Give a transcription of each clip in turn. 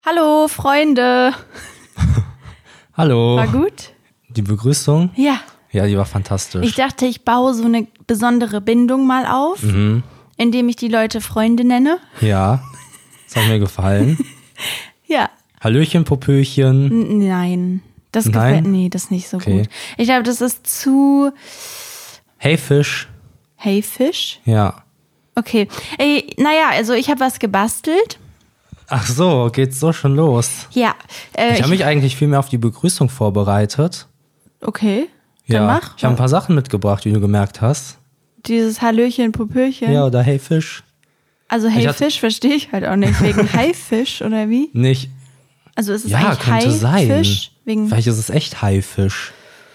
Hallo, Freunde. Hallo. War gut? Die Begrüßung? Ja. Ja, die war fantastisch. Ich dachte, ich baue so eine besondere Bindung mal auf, indem ich die Leute Freunde nenne. Ja, das hat mir gefallen. Ja. Hallöchen, Popöchen. Nein. Das Nein? gefällt, nee, das ist nicht so Okay. gut. Ich glaube, das ist zu Hey Fisch. Hey Fisch. Ja. Okay. Naja, also ich habe was gebastelt. Ach so, geht's so schon los? Ja. Ich habe mich eigentlich viel mehr auf die Begrüßung vorbereitet. Okay. Dann Ja, mach. ich habe ein paar Sachen mitgebracht, wie du gemerkt hast. Dieses Hallöchen, Popöchen. Ja, oder Hey Fisch. Also Hey Ich hatte- Fisch verstehe ich halt auch nicht. Wegen Haifisch oder wie? Nicht. Also ist es Ja, eigentlich könnte sein. Haifisch? Wegen Vielleicht ist es echt Haifisch.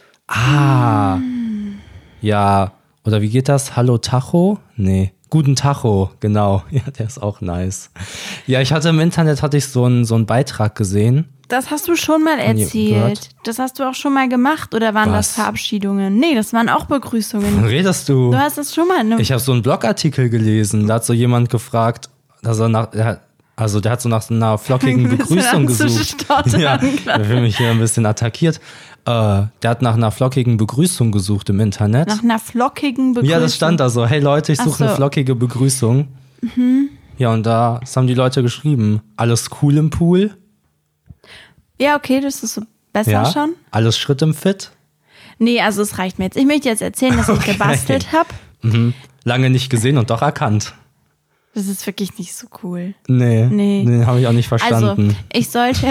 Ah. Ja, oder wie geht das? Hallo Tacho? Nee. Guten Tacho, genau. Ja, der ist auch nice. Ja, ich hatte im Internet so einen Beitrag gesehen. Das hast du schon mal ihr erzählt. gehört? Das hast du auch schon mal gemacht. Oder waren das Was? Verabschiedungen? Nee, das waren auch Wovon Begrüßungen. redest du? Du hast das schon mal. Ne? Ich habe so einen Blogartikel gelesen. Da hat so jemand gefragt, dass er der hat so nach einer flockigen Ein bisschen Begrüßung gesucht. anzustottern, Ja, klar. ich fühle mich hier ein bisschen attackiert. Der hat nach einer flockigen Begrüßung gesucht im Internet. Nach einer flockigen Begrüßung. Ja, das stand da so. Hey Leute, ich suche Ach eine so. flockige Begrüßung. Ja, und das haben die Leute geschrieben. Alles cool im Pool? Ja, okay, das ist so besser Ja. schon. Alles Schritt im Fit? Nee, also es reicht mir jetzt. Ich möchte jetzt erzählen, dass ich gebastelt habe. Lange nicht gesehen und doch erkannt. Das ist wirklich nicht so cool. Nee, habe ich auch nicht Also, verstanden. ich sollte...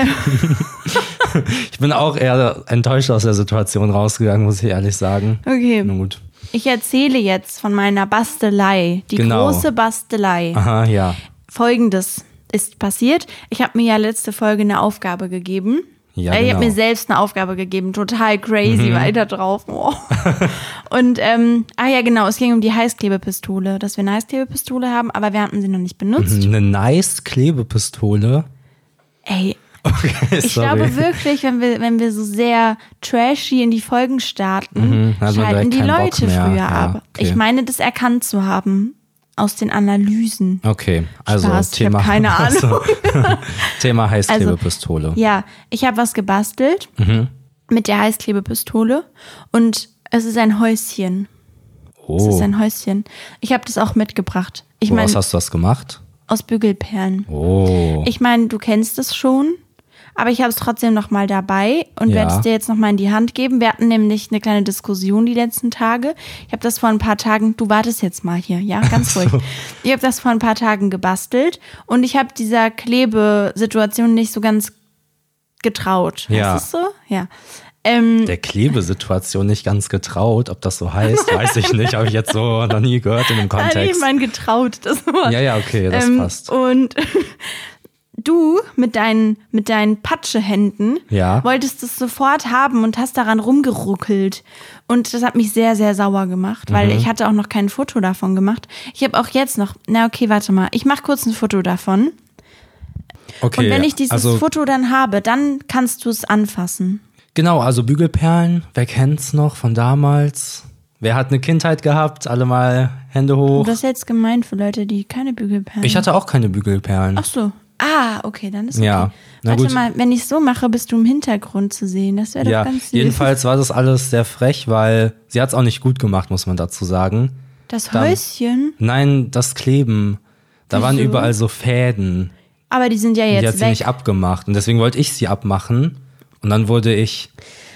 Ich bin auch eher enttäuscht aus der Situation rausgegangen, muss ich ehrlich sagen. Okay, Na gut. ich erzähle jetzt von meiner Bastelei. Die Genau. große Bastelei. Aha, ja. Folgendes ist passiert. Ich habe mir ja letzte Folge eine Aufgabe gegeben. Ja, Ich genau. habe mir selbst eine Aufgabe gegeben. Total crazy, weiter drauf. Oh. Und, ja genau, es ging um die Heißklebepistole. Dass wir eine Heißklebepistole haben, aber wir hatten sie noch nicht benutzt. Eine nice Klebepistole. Ey, Okay, ich sorry. glaube wirklich, wenn wir so sehr trashy in die Folgen starten, hat man schalten direkt die keinen Bock Leute mehr. früher Ja, ab. okay. Ich meine, das erkannt zu haben aus den Analysen. Okay, also Spaß, ich Thema. hab keine Ahnung. Thema Heißklebepistole. Ja, ich habe was gebastelt mit der Heißklebepistole und es ist ein Häuschen. Es ist Oh, ein Häuschen. Ich habe das auch mitgebracht. Ich woraus meine, hast du das gemacht? aus Bügelperlen. Oh, Ich meine, du kennst es schon, aber ich habe es trotzdem noch mal dabei und Ja. werde es dir jetzt noch mal in die Hand geben. Wir hatten nämlich eine kleine Diskussion die letzten Tage. Ich habe das vor ein paar Tagen, du wartest jetzt mal hier, ja, ganz ruhig. Ich habe das vor ein paar Tagen gebastelt und ich habe dieser Klebesituation nicht so ganz getraut. Ja. Heißt es so? Ja. der Klebesituation nicht ganz getraut, ob das so heißt, weiß ich nicht. Habe ich jetzt so noch nie gehört in dem Nein, ich Kontext. meine getraut, das Wort. Ja, okay, das passt. Und du mit deinen Patschehänden Ja. wolltest es sofort haben und hast daran rumgeruckelt. Und das hat mich sehr, sehr sauer gemacht, weil ich hatte auch noch kein Foto davon gemacht. Ich habe auch jetzt noch, na okay, warte mal, ich mache kurz ein Foto davon. Okay, Und wenn ich dieses also, Foto dann habe, dann kannst du es anfassen. Genau, also Bügelperlen, wer kennt's noch von damals? Wer hat eine Kindheit gehabt? Alle mal Hände hoch. Und das ist jetzt gemein für Leute, die keine Bügelperlen Ich hatte auch keine Bügelperlen. Ach so. Ah, okay, dann ist okay. Ja, na Warte gut. mal, wenn ich so mache, bist du im Hintergrund zu sehen. Das wäre Ja, doch ganz süß. jedenfalls war das alles sehr frech, weil sie hat's auch nicht gut gemacht, muss man dazu sagen. Das Häuschen, Nein, das Kleben. Da waren Wieso? überall so Fäden. aber die sind ja Die hat jetzt sie weg. nicht abgemacht. Und deswegen wollte ich sie abmachen. Und dann wurde ich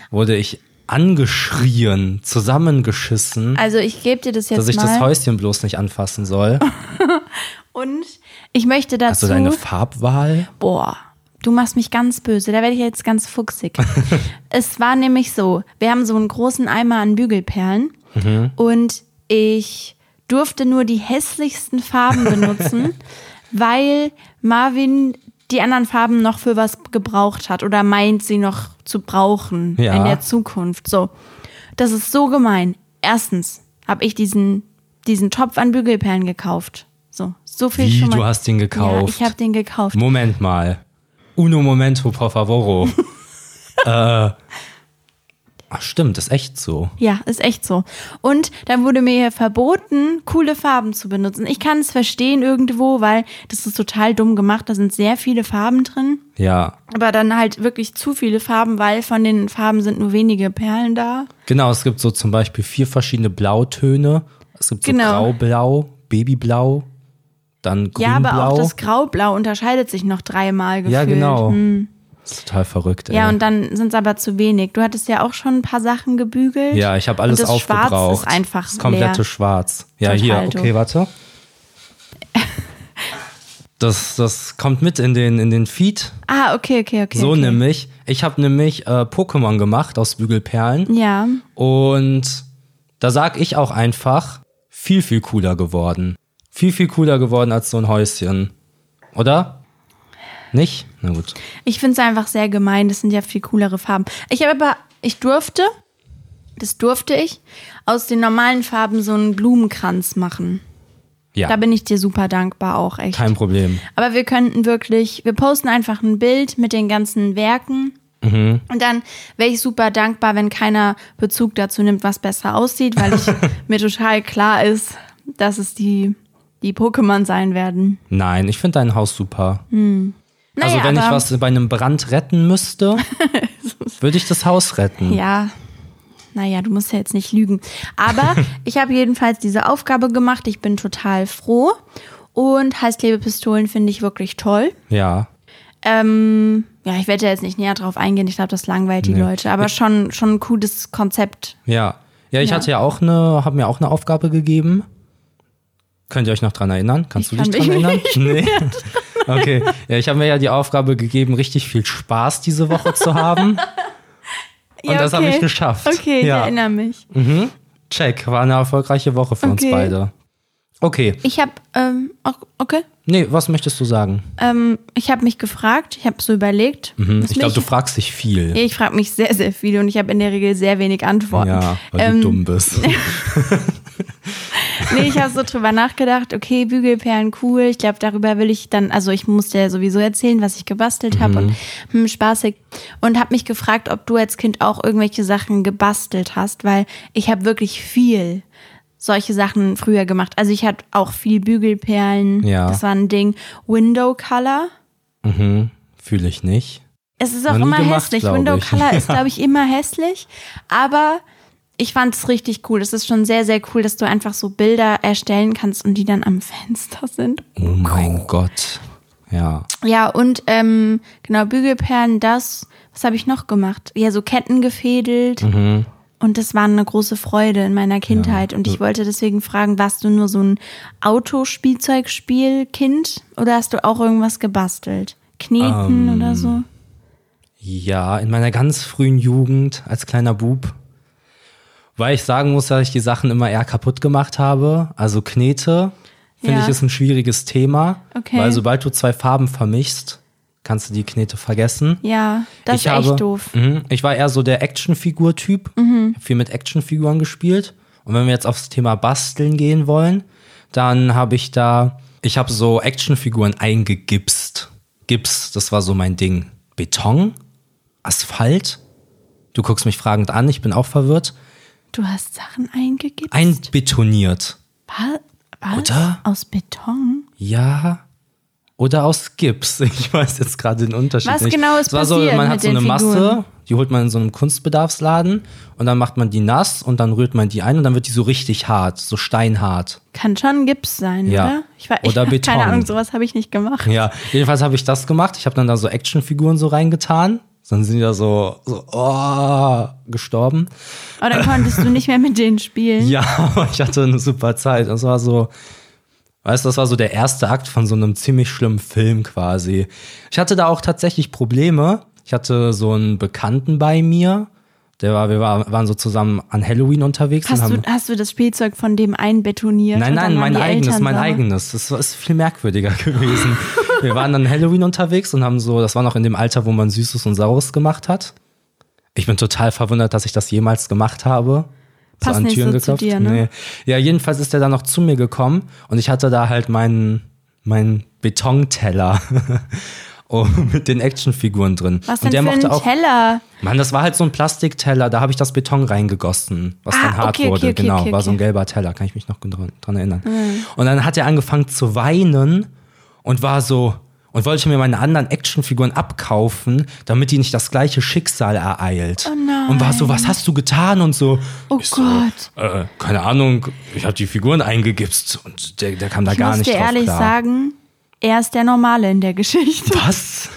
angeschrien, zusammengeschissen, Also ich gebe dir das jetzt dass ich mal. das Häuschen bloß nicht anfassen soll. Und ich möchte dazu. Also deine Farbwahl? Boah, du machst mich ganz böse. Da werde ich jetzt ganz fuchsig. Es war nämlich so, wir haben so einen großen Eimer an Bügelperlen und ich durfte nur die hässlichsten Farben benutzen, weil Marvin die anderen Farben noch für was gebraucht hat oder meint, sie noch zu brauchen Ja. in der Zukunft. So, das ist so gemein. Erstens habe ich diesen Topf an Bügelperlen gekauft. So viel Wie, schon mal. du hast den gekauft? Ja, ich habe den gekauft. Moment mal. Uno momento, por favoro. Ach stimmt, ist echt so. Ja, ist echt so. Und dann wurde mir verboten, coole Farben zu benutzen. Ich kann es verstehen irgendwo, weil das ist total dumm gemacht. Da sind sehr viele Farben drin. Ja. Aber dann halt wirklich zu viele Farben, weil von den Farben sind nur wenige Perlen da. Genau, es gibt so zum Beispiel 4 verschiedene Blautöne. Es gibt so Graublau, Babyblau, dann Grünblau. Ja, aber auch das Graublau unterscheidet sich noch 3-mal gefühlt. Ja, genau. Das ist total verrückt, ey. Ja, und dann sind es aber zu wenig. Du hattest ja auch schon ein paar Sachen gebügelt. Ja, ich habe alles und das aufgebraucht. Schwarz ist einfach das komplette leer. Schwarz. Ja, Total hier, doof. okay, warte. Das kommt mit in den Feed. Ah, okay. So okay. nämlich. Ich habe nämlich Pokémon gemacht aus Bügelperlen. Ja. Und da sag ich auch einfach, viel, viel cooler geworden. Viel, viel cooler geworden als so ein Häuschen. Oder? Nicht? Na gut. Ich finde es einfach sehr gemein. Das sind ja viel coolere Farben. Ich durfte, aus den normalen Farben so einen Blumenkranz machen. Ja, Da bin ich dir super dankbar auch, echt. kein Problem. Aber wir posten einfach ein Bild mit den ganzen Werken. Und dann wäre ich super dankbar, wenn keiner Bezug dazu nimmt, was besser aussieht, weil mir total klar ist, dass es die Pokémon sein werden. Nein, ich finde dein Haus super. Also Naja, wenn ich aber- was bei einem Brand retten müsste, würde ich das Haus retten. Ja, naja, du musst ja jetzt nicht lügen. Aber ich habe jedenfalls diese Aufgabe gemacht. Ich bin total froh. Und Heißklebepistolen finde ich wirklich toll. Ja. Ja, ich werde ja jetzt nicht näher drauf eingehen. Ich glaube, das langweilt die Leute. Aber schon ein cooles Konzept. Ja, ich Ja. hatte ja auch habe mir auch eine Aufgabe gegeben. Könnt ihr euch noch dran erinnern? Kannst du dich dran erinnern? Nee. Okay. Ja, ich habe mir ja die Aufgabe gegeben, richtig viel Spaß diese Woche zu haben. Und das habe ich geschafft. Okay, ich ja. erinnere mich. Check, war eine erfolgreiche Woche für uns Okay. beide. Okay. Ich habe, okay. Nee, was möchtest du sagen? Ich habe mich gefragt, ich habe so überlegt. Ich glaube, du fragst dich viel. Ich frage mich sehr, sehr viel und ich habe in der Regel sehr wenig Antworten. Ja, weil du dumm bist. Nee, ich habe so drüber nachgedacht, okay, Bügelperlen, cool. Ich glaube, darüber will ich dann, also ich musste ja sowieso erzählen, was ich gebastelt habe und spaßig. Und habe mich gefragt, ob du als Kind auch irgendwelche Sachen gebastelt hast, weil ich habe wirklich viel solche Sachen früher gemacht. Also ich hatte auch viel Bügelperlen, Ja. das war ein Ding. Window Color. Fühle ich nicht. Es ist auch Noch nie immer gemacht, hässlich. glaub Window ich. Color ist, glaube ich, immer hässlich. Aber ich fand es richtig cool. Es ist schon sehr, sehr cool, dass du einfach so Bilder erstellen kannst und die dann am Fenster sind. Oh mein Gott. Ja. Ja, und genau, Bügelperlen, was habe ich noch gemacht? Ja, so Ketten gefädelt. Und das war eine große Freude in meiner Kindheit. Und ich wollte deswegen fragen, warst du nur so ein Autospielzeugspielkind oder hast du auch irgendwas gebastelt? Kneten oder so? Ja, in meiner ganz frühen Jugend als kleiner Bub. Weil ich sagen muss, dass ich die Sachen immer eher kaputt gemacht habe. Also Knete, finde Ja. ich, ist ein schwieriges Thema. Okay. Weil sobald du 2 Farben vermischst, kannst du die Knete vergessen. Ja, das ist echt doof. Ich war eher so der Actionfigur-Typ. Ich habe viel mit Actionfiguren gespielt. Und wenn wir jetzt aufs Thema Basteln gehen wollen, dann habe ich so Actionfiguren eingegipst. Gips, das war so mein Ding. Beton? Asphalt? Du guckst mich fragend an, ich bin auch verwirrt. Du hast Sachen eingegipst? Einbetoniert. Was? Oder? Aus Beton? Ja. Oder aus Gips. Ich weiß jetzt gerade den Unterschied Was nicht. genau ist Es war so, passiert man mit hat so den eine Masse, Figuren? die holt man in so einem Kunstbedarfsladen und dann macht man die nass und dann rührt man die ein und dann wird die so richtig hart, so steinhart. Kann schon Gips sein, Ja. oder? Oder hab Beton. Keine Ahnung, sowas habe ich nicht gemacht. Ja, jedenfalls habe ich das gemacht. Ich habe dann da so Actionfiguren so reingetan. Dann sind die da so gestorben. Aber dann konntest du nicht mehr mit denen spielen. Ja, aber ich hatte eine super Zeit. Das war so, weißt du, das war so der erste Akt von so einem ziemlich schlimmen Film quasi. Ich hatte da auch tatsächlich Probleme. Ich hatte so einen Bekannten bei mir. Wir waren so zusammen an Halloween unterwegs. Hast du das Spielzeug von dem einbetoniert? Nein, und dann waren mein die eigenes, Eltern mein sauer? eigenes. Das ist viel merkwürdiger gewesen. Wir waren an Halloween unterwegs und haben das war noch in dem Alter, wo man Süßes und Saures gemacht hat. Ich bin total verwundert, dass ich das jemals gemacht habe. Passt an nicht Türen so zu geklopft. dir, ne? Nee. Ja, jedenfalls ist der dann noch zu mir gekommen und ich hatte da halt meinen Betonteller. mit den Actionfiguren drin. Was und denn der für ein mochte auch, Teller? Mann, das war halt so ein Plastikteller, da habe ich das Beton reingegossen, was dann hart wurde. Genau, war so ein gelber Teller, kann ich mich noch dran erinnern. Und dann hat er angefangen zu weinen und war so, und wollte mir meine anderen Actionfiguren abkaufen, damit die nicht das gleiche Schicksal ereilt. Oh nein. Und war so, was hast du getan? Und so, Oh ich Gott. So, keine Ahnung, ich habe die Figuren eingegipst und der kam da gar nicht drauf klar. Ich muss dir ehrlich sagen, er ist der Normale in der Geschichte. Was?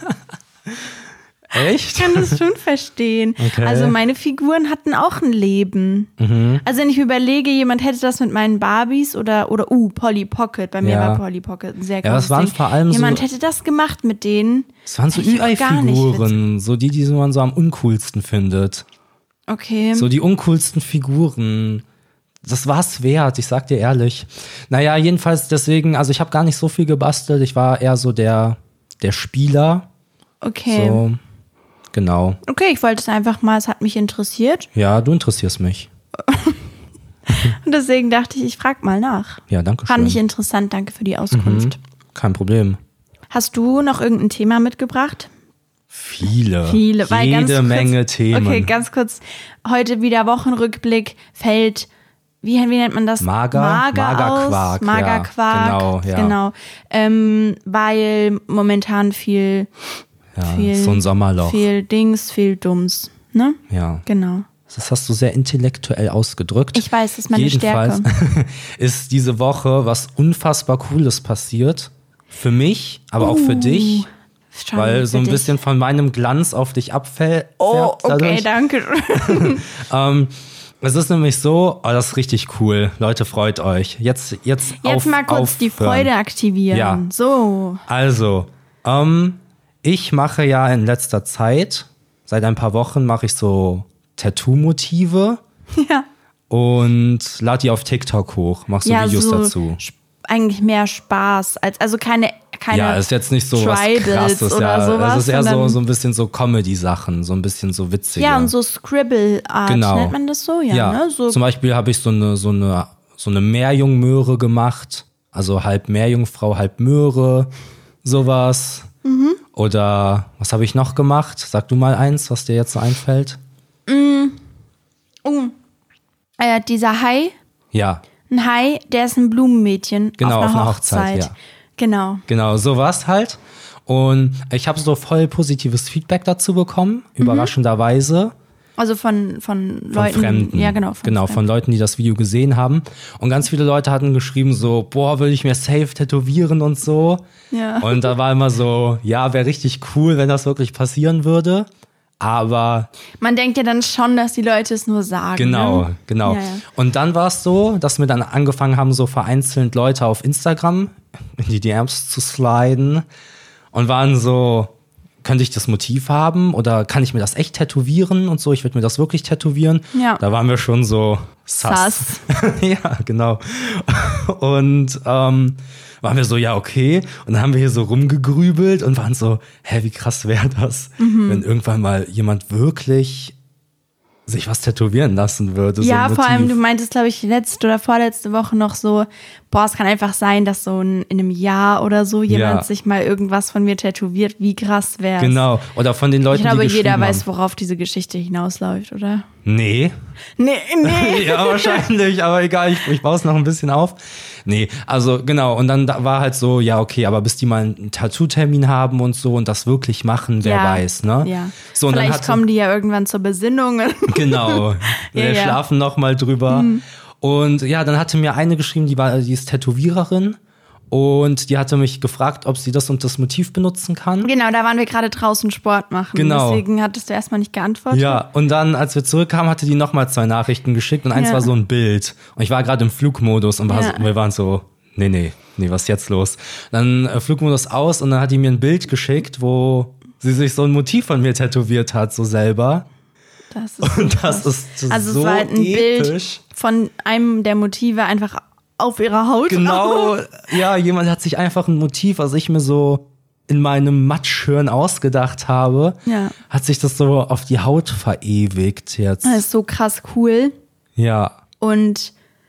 Echt? Ich kann das schon verstehen. Okay. Also meine Figuren hatten auch ein Leben. Also wenn ich überlege, jemand hätte das mit meinen Barbies oder Polly Pocket. Bei mir war Polly Pocket ein sehr großes das waren Ding. vor allem jemand hätte das gemacht mit denen. Es waren so Ü-Ei-Figuren, so die man so am uncoolsten findet. Okay. So die uncoolsten Figuren. Das war's wert, ich sag dir ehrlich. Naja, jedenfalls deswegen, also ich habe gar nicht so viel gebastelt. Ich war eher so der Spieler. Okay. So, genau. Okay, ich wollte es einfach mal, es hat mich interessiert. Ja, du interessierst mich. Und deswegen dachte ich frag mal nach. Ja, danke schön. Fand ich interessant, danke für die Auskunft. Kein Problem. Hast du noch irgendein Thema mitgebracht? Viele. Weil Jede Menge Themen. Okay, ganz kurz. Heute wieder Wochenrückblick fällt, wie nennt man das? Magerquark. Magerquark. Ja, genau. Weil momentan viel, so ein Sommerloch. viel Dumms. Ne? Ja. Genau. Das hast du sehr intellektuell ausgedrückt. Ich weiß, das ist meine Jedenfalls Stärke. ist diese Woche was unfassbar Cooles passiert. Für mich, aber auch für dich. Schon Weil so ein für bisschen von meinem Glanz auf dich abfällt. Oh, okay, danke. Es ist nämlich so, das ist richtig cool. Leute, freut euch. Jetzt mal kurz die Freude aktivieren. Ja. So. Also, ich mache ja in letzter Zeit, seit ein paar Wochen mache ich so Tattoo-Motive Ja. und lade die auf TikTok hoch, mach so Videos dazu. Eigentlich mehr Spaß, also keine ja, ist jetzt nicht so was Tribals Krasses. oder Ja, sowas, es ist eher so ein bisschen so Comedy-Sachen, so ein bisschen so witzige. Ja, und so Scribble-Art, genau. nennt man das so? Ja, ne? So. Zum Beispiel habe ich so eine Meerjungmöhre gemacht, also halb Meerjungfrau, halb Möhre, sowas. Oder was habe ich noch gemacht? Sag du mal eins, was dir jetzt so einfällt. Dieser Hai, Ja, ein Hai, der ist ein Blumenmädchen genau, auf einer Hochzeit. Ja. Genau, sowas halt. Und ich habe so voll positives Feedback dazu bekommen, überraschenderweise. Also von Leuten. Von Fremden. Ja, genau. Von Leuten, die das Video gesehen haben. Und ganz viele Leute hatten geschrieben so, boah, will ich mir safe tätowieren und so. Ja. Und da war immer so, ja, wäre richtig cool, wenn das wirklich passieren würde. Aber Man denkt ja dann schon, dass die Leute es nur sagen. genau. Ne? Ja. Und dann war es so, dass mir dann angefangen haben, so vereinzelt Leute auf Instagram in die DMs zu sliden und waren so, könnte ich das Motiv haben oder kann ich mir das echt tätowieren und so, ich würde mir das wirklich tätowieren. Ja. Da waren wir schon so sass. Ja, genau. Und waren wir so, ja, okay. Und dann haben wir hier so rumgegrübelt und waren so, wie krass wäre das, wenn irgendwann mal jemand wirklich sich was tätowieren lassen würde. Ja, so ein vor allem, Motiv. du meintest, glaube ich, letzte oder vorletzte Woche noch so, es kann einfach sein, dass so in einem Jahr oder so jemand sich mal irgendwas von mir tätowiert. Wie krass wär's. Genau. Oder von den Leuten, Ich glaube, die geschrieben jeder weiß, haben. worauf diese Geschichte hinausläuft, oder? Nee. Nee. Ja, wahrscheinlich, aber egal, ich baue es noch ein bisschen auf. Nee, also genau, und dann war halt so, ja, okay, aber bis die mal einen Tattoo-Termin haben und so und das wirklich machen, wer weiß, ne? Ja. So, und Vielleicht kommen die ja irgendwann zur Besinnung. Genau, wir Ja. schlafen noch mal drüber. Und ja, dann hatte mir eine geschrieben, die ist Tätowiererin und die hatte mich gefragt, ob sie das und das Motiv benutzen kann. Genau, da waren wir gerade draußen Sport machen. Genau. Deswegen hattest du erstmal nicht geantwortet. Ja, und dann, als wir zurückkamen, hatte die nochmal 2 Nachrichten geschickt und eins war so ein Bild. Und ich war gerade im Flugmodus und wir waren so, nee, was ist jetzt los? Dann Flugmodus aus und dann hat die mir ein Bild geschickt, wo sie sich so ein Motiv von mir tätowiert hat, so selber. Das ist also so es war halt ein episch. Bild von einem der Motive einfach auf ihrer Haut. Genau, ja, jemand hat sich einfach ein Motiv, was ich mir so in meinem Matschhirn ausgedacht habe, hat sich das so auf die Haut verewigt jetzt. Das ist so krass cool. Ja. Und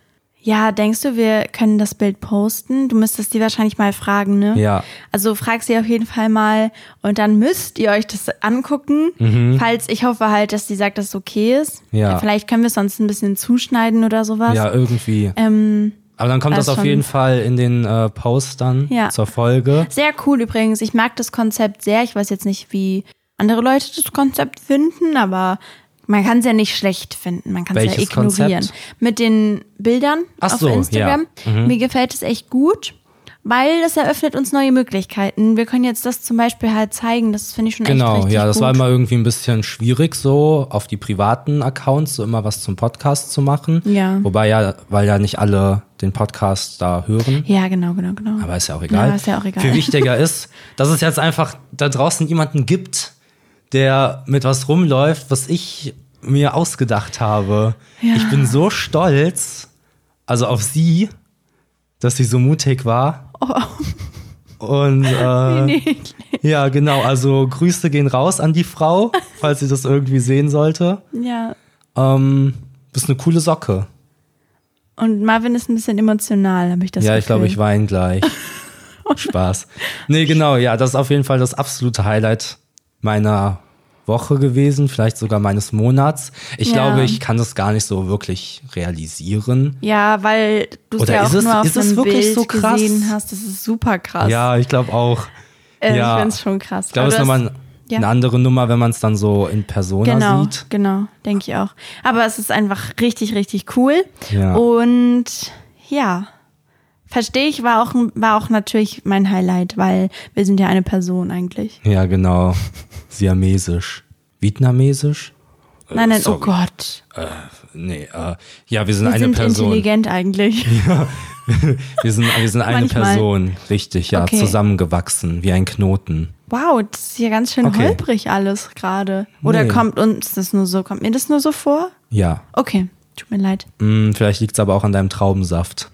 Ja, denkst du, wir können das Bild posten? Du müsstest die wahrscheinlich mal fragen, ne? Ja. Also frag sie auf jeden Fall mal und dann müsst ihr euch das angucken. Falls, ich hoffe halt, dass die sagt, dass es okay ist. Ja. Vielleicht können wir es sonst ein bisschen zuschneiden oder sowas. Ja, irgendwie. Aber dann kommt das auf jeden Fall in den Post dann zur Folge. Sehr cool übrigens. Ich mag das Konzept sehr. Ich weiß jetzt nicht, wie andere Leute das Konzept finden, aber man kann es ja nicht schlecht finden. Man kann es ja ignorieren. Konzept? Mit den Bildern auf Instagram. Ja. Mir gefällt es echt gut, weil das eröffnet uns neue Möglichkeiten. Wir können jetzt das zum Beispiel halt zeigen. Das finde ich schon echt richtig gut. Genau, ja, das war immer irgendwie ein bisschen schwierig, so auf die privaten Accounts so immer was zum Podcast zu machen. Ja. Wobei weil ja nicht alle den Podcast da hören. Ja, genau. Aber ist ja auch egal. Ja, ist ja auch egal. Viel wichtiger ist, dass es jetzt einfach da draußen jemanden gibt, der mit was rumläuft, was ich mir ausgedacht habe. Ja. Ich bin so stolz, also auf sie, dass sie so mutig war. Oh. Und Wie niedlich. ja, genau, also Grüße gehen raus an die Frau, falls sie das irgendwie sehen sollte. Ja. Bist eine coole Socke. Und Marvin ist ein bisschen emotional, habe ich das Gefühl. Ja, ich glaube, ich weine gleich. Spaß. Nee, genau, ja, das ist auf jeden Fall das absolute Highlight meiner Woche gewesen, vielleicht sogar meines Monats. Ich glaube, ich kann das gar nicht so wirklich realisieren. Ja, weil du es ja auch nur auf so einem Bild so gesehen hast. Das ist super krass. Ja, ich glaube auch. Ja. Ich finde es schon krass. Ich glaube, es ist nochmal eine andere Nummer, wenn man es dann so in Persona sieht. Genau, denke ich auch. Aber es ist einfach richtig, richtig cool. Ja. Und ja, verstehe ich, war auch natürlich mein Highlight, weil wir sind ja eine Person eigentlich. Ja, genau. Siamesisch. Vietnamesisch? Nein, sorry. Oh Gott. Ja, wir sind eine Person. Wir sind intelligent eigentlich. Ja, wir sind eine Manchmal. Person, richtig, ja, Okay. Zusammengewachsen, wie ein Knoten. Wow, das ist hier ganz schön holprig alles gerade. Oder Nee. kommt mir das nur so vor? Ja, Okay, tut mir leid. vielleicht liegt es aber auch an deinem Traubensaft.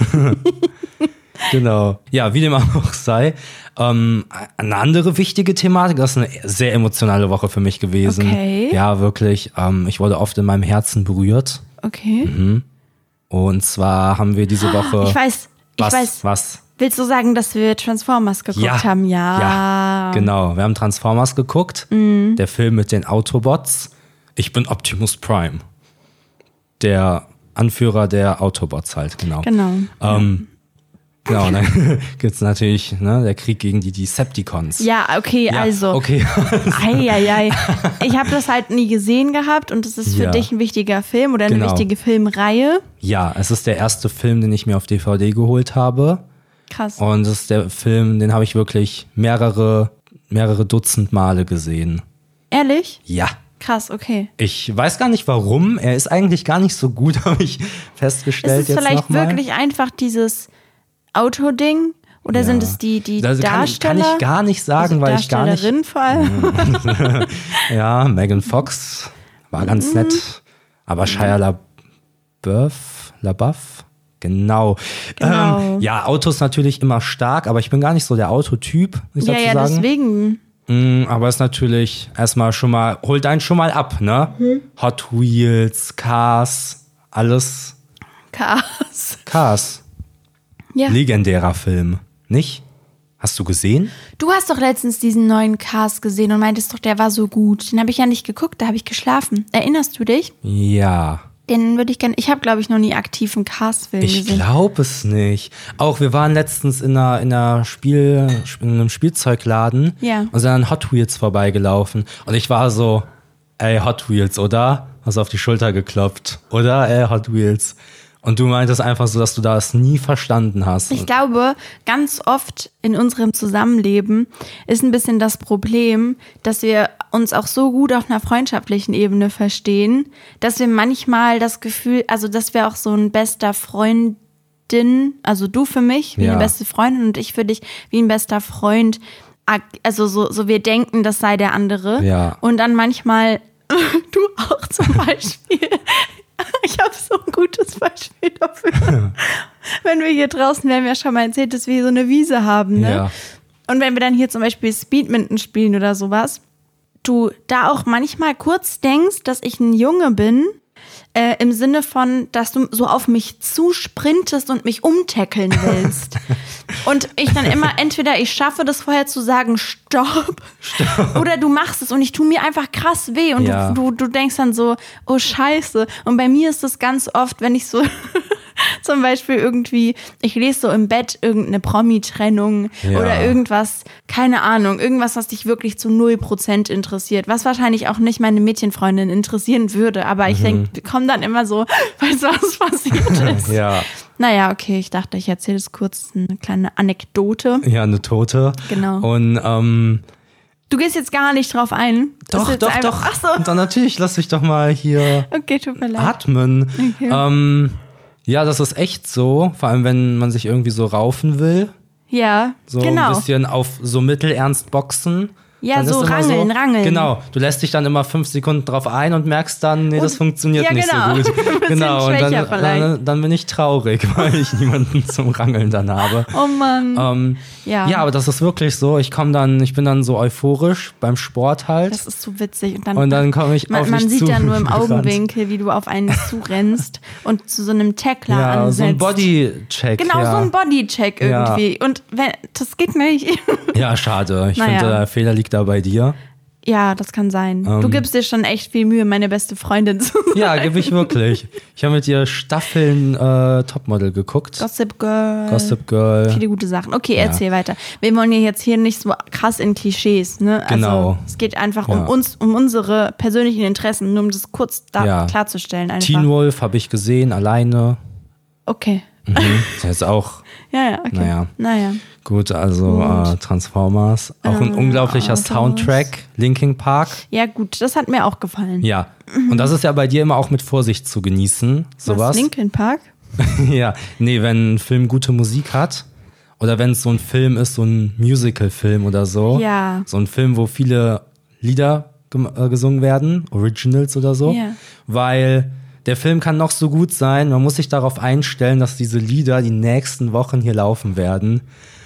Genau. Ja, wie dem auch sei. Eine andere wichtige Thematik, das ist eine sehr emotionale Woche für mich gewesen. Okay. Ja, wirklich. Ich wurde oft in meinem Herzen berührt. Okay. Und zwar haben wir diese Woche... Ich weiß. Was? Willst du sagen, dass wir Transformers geguckt haben? Ja, genau. Wir haben Transformers geguckt. Der Film mit den Autobots. Ich bin Optimus Prime. Der Anführer der Autobots halt, genau. Genau. Genau, und dann gibt's natürlich der Krieg gegen die Decepticons. Ja, okay, Ja, also. okay. Eieiei. Ich habe das halt nie gesehen gehabt und es ist für Ja. dich ein wichtiger Film oder eine Genau. wichtige Filmreihe. Ja, es ist der erste Film, den ich mir auf DVD geholt habe. Krass. Und es ist der Film, den habe ich wirklich mehrere Dutzend Male gesehen. Ehrlich? Ja. Krass, okay. Ich weiß gar nicht warum. Er ist eigentlich gar nicht so gut, habe ich festgestellt. Ist es jetzt vielleicht nochmal. wirklich einfach dieses Autoding? Oder Ja. sind es die Das Darsteller? kann ich gar nicht sagen, weil ich gar nicht. Darstellerin vor allem? Ja, Megan Fox war ganz nett. Aber Shia LaBeouf, genau. Ja, Autos natürlich immer stark, aber ich bin gar nicht so der Autotyp, muss ich Ja, dazu ja, sagen. deswegen. Aber es ist natürlich erstmal holt einen schon mal ab, ne? Hot Wheels, Cars, alles. Cars. Ja. Legendärer Film, nicht? Hast du gesehen? Du hast doch letztens diesen neuen Cast gesehen und meintest doch, der war so gut. Den habe ich ja nicht geguckt, da habe ich geschlafen. Erinnerst du dich? Ja. Den würde ich gerne. Ich habe, glaube ich, noch nie aktiv einen Cast-Film Ich gesehen. glaube es nicht. Auch wir waren letztens in einem Spielzeugladen Ja. und sind an Hot Wheels vorbeigelaufen. Und ich war so, ey, Hot Wheels, oder? Hast auf die Schulter geklopft. Oder, ey, Hot Wheels. Und du meintest einfach so, dass du das nie verstanden hast. Ich glaube, ganz oft in unserem Zusammenleben ist ein bisschen das Problem, dass wir uns auch so gut auf einer freundschaftlichen Ebene verstehen, dass wir manchmal das Gefühl, also dass wir auch so ein bester Freundin, also du für mich wie Ja. eine beste Freundin und ich für dich wie ein bester Freund, also so wir denken, das sei der andere. Ja. Und dann manchmal, du auch zum Beispiel. Ich habe so ein gutes Beispiel dafür. Wenn wir hier draußen, wir haben ja schon mal erzählt, dass wir hier so eine Wiese haben, ne? Ja. Und wenn wir dann hier zum Beispiel Speedminton spielen oder sowas, du da auch manchmal kurz denkst, dass ich ein Junge bin im Sinne von, dass du so auf mich zusprintest und mich umtackeln willst. Und ich dann immer, entweder ich schaffe das vorher zu sagen, stopp, oder du machst es und ich tue mir einfach krass weh und du denkst dann so, oh Scheiße. Und bei mir ist das ganz oft, wenn ich so zum Beispiel irgendwie, ich lese so im Bett irgendeine Promi-Trennung oder irgendwas, keine Ahnung, irgendwas, was dich wirklich zu 0% interessiert, was wahrscheinlich auch nicht meine Mädchenfreundin interessieren würde, aber ich denke, wir kommen dann immer so, weißt du, was passiert ist? Naja, okay, ich dachte, ich erzähle es kurz, eine kleine Anekdote. Ja, eine Tote. Genau. Und du gehst jetzt gar nicht drauf ein. Doch. Ach so. Und dann natürlich, lass mich doch mal hier okay, tut mir leid. atmen. Okay. Ja, das ist echt so, vor allem wenn man sich irgendwie so raufen will. Ja, so genau. ein bisschen auf so mittelernst boxen. Ja, dann so ist immer rangeln. Genau, du lässt dich dann immer 5 Sekunden drauf ein und merkst dann, nee, das funktioniert nicht so gut. Genau, und dann bin ich traurig, weil ich niemanden zum Rangeln dann habe. Oh Mann. Ja, aber das ist wirklich so, ich bin dann so euphorisch beim Sport halt. Das ist so witzig. Und dann komme ich auf dich zu. Man sieht dann nur im Augenwinkel, wie du auf einen zurennst und zu so einem Tackler ansetzt. So ein Bodycheck. Genau, so ein Bodycheck irgendwie. Und das geht nicht. Ja, schade. Ich finde, der Fehler liegt da bei dir. Ja, das kann sein. Du gibst dir schon echt viel Mühe, meine beste Freundin zu sein. Ja, gebe ich wirklich. Ich habe mit ihr Staffeln Topmodel geguckt. Gossip Girl. Viele gute Sachen. Okay, erzähl weiter. Wir wollen ja jetzt hier nicht so krass in Klischees, ne? Also, genau. Es geht einfach um uns, um unsere persönlichen Interessen, nur um das kurz klarzustellen. Einfach. Teen Wolf habe ich gesehen, alleine. Okay. Das ist jetzt auch. Ja, okay. Naja. Gut, also Transformers. Auch ein unglaublicher Soundtrack, Linkin Park. Ja gut, das hat mir auch gefallen. Ja, und das ist ja bei dir immer auch mit Vorsicht zu genießen, sowas. Was, Linkin Park? Ja, nee, wenn ein Film gute Musik hat oder wenn es so ein Film ist, so ein Musical-Film oder so. Ja. So ein Film, wo viele Lieder gesungen werden, Originals oder so. Ja. Weil der Film kann noch so gut sein, man muss sich darauf einstellen, dass diese Lieder die nächsten Wochen hier laufen werden.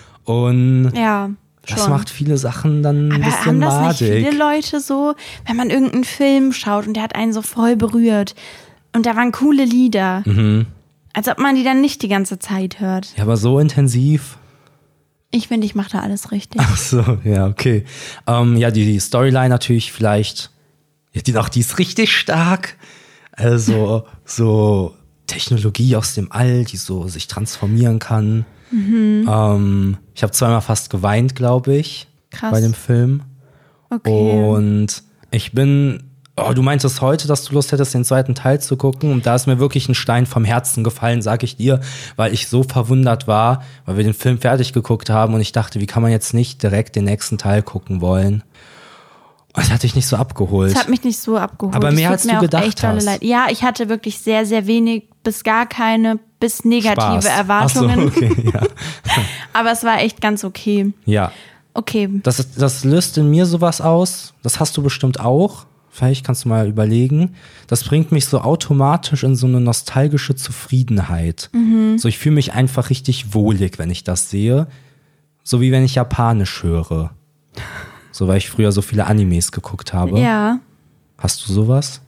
Und das macht viele Sachen dann ein bisschen madig. Aber haben das nicht viele Leute so, wenn man irgendeinen Film schaut und der hat einen so voll berührt und da waren coole Lieder, als ob man die dann nicht die ganze Zeit hört. Ja, aber so intensiv. Ich finde, ich mache da alles richtig. Ach so, ja, okay. Ja, die Storyline natürlich vielleicht, die ist richtig stark. Also so Technologie aus dem All, die so sich transformieren kann. Ich habe zweimal fast geweint, glaube ich, bei dem Film. Okay. Und ich bin, du meintest heute, dass du Lust hättest, den zweiten Teil zu gucken. Und da ist mir wirklich ein Stein vom Herzen gefallen, sag ich dir, weil ich so verwundert war, weil wir den Film fertig geguckt haben und ich dachte, wie kann man jetzt nicht direkt den nächsten Teil gucken wollen? Das hat dich nicht so abgeholt. Das hat mich nicht so abgeholt. Aber mehr als du gedacht hast. Leid. Ja, ich hatte wirklich sehr, sehr wenig bis gar keine, bis negative Erwartungen. Ach so, okay, ja. Aber es war echt ganz okay. Ja. Okay. Das löst in mir sowas aus. Das hast du bestimmt auch. Vielleicht kannst du mal überlegen. Das bringt mich so automatisch in so eine nostalgische Zufriedenheit. So, ich fühle mich einfach richtig wohlig, wenn ich das sehe. So wie wenn ich Japanisch höre. So, weil ich früher so viele Animes geguckt habe. Ja. Hast du sowas?